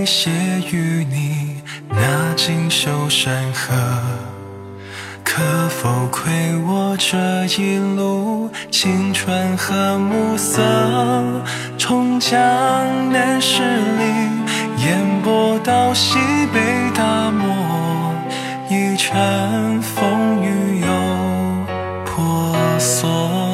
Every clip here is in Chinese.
写于你那锦绣山河，可否亏我这一路青春和暮色？从江南十里烟波到西北大漠，一场风雨又婆娑。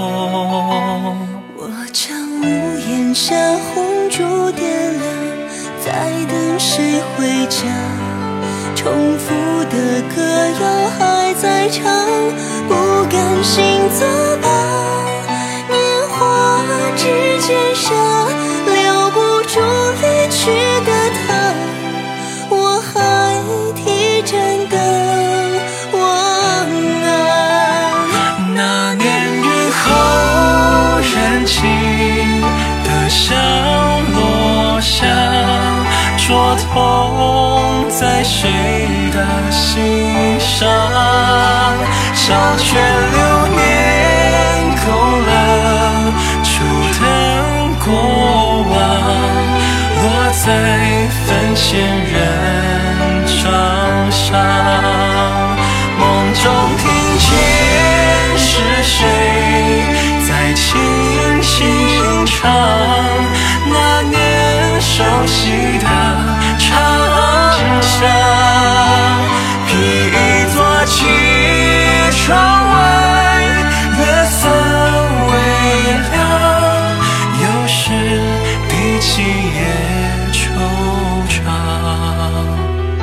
我将屋檐下红烛点亮，在等谁回家。重复的歌谣还在唱，不甘心作罢。年华指尖上留不住离去的他，我还提盏灯望啊。 那年雨后燃尽的香落下，灼痛在谁的心上？小泉流年够了，初的过往落在坟前人掌上。梦中听见是谁在轻轻唱那年熟悉的长巷，披一座起，窗外月色微凉，又是第几夜惆怅。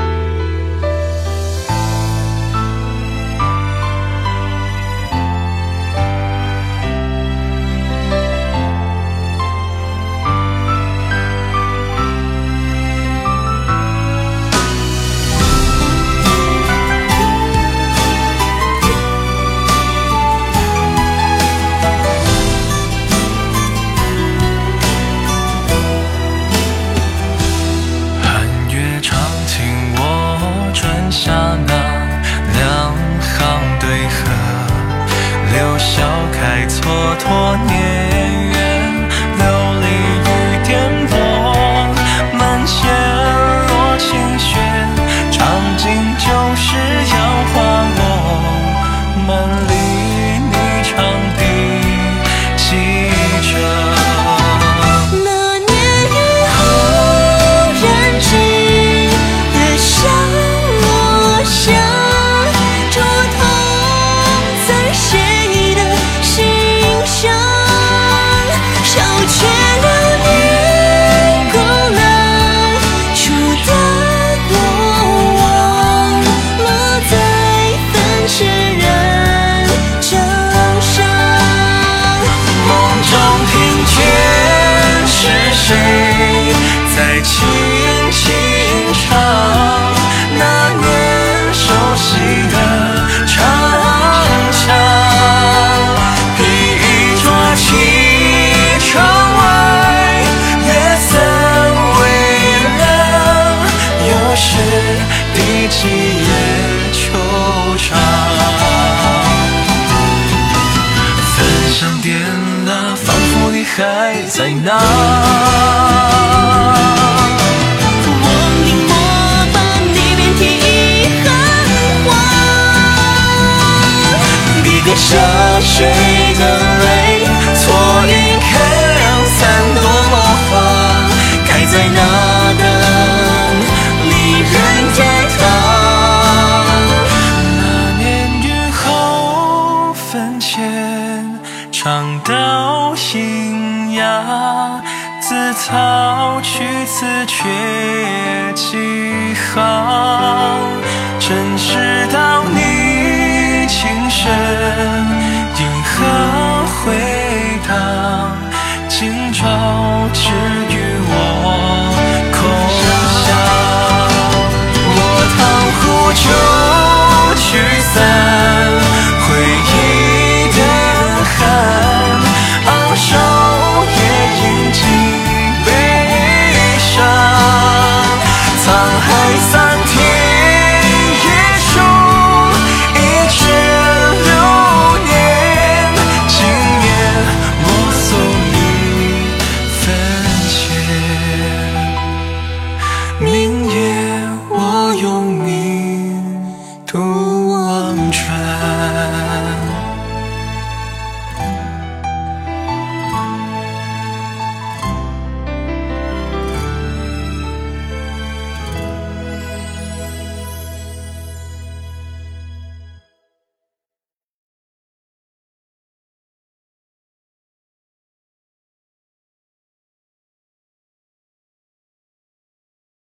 下那两行对合，柳笑开蹉跎年月，流离于颠簸。门前落清雪，场景就是杨花落。门里你长笛记着。谁在轻轻唱那年熟悉的长巷？披一桌起，窗外月色微凉，又是第几夜惆怅。分享点那仿佛你还在那。下谁的泪，错云看两三朵落花，开在那等离人天堂。那年雨后坟前，唱到阴哑，自草去词却几行，真是当年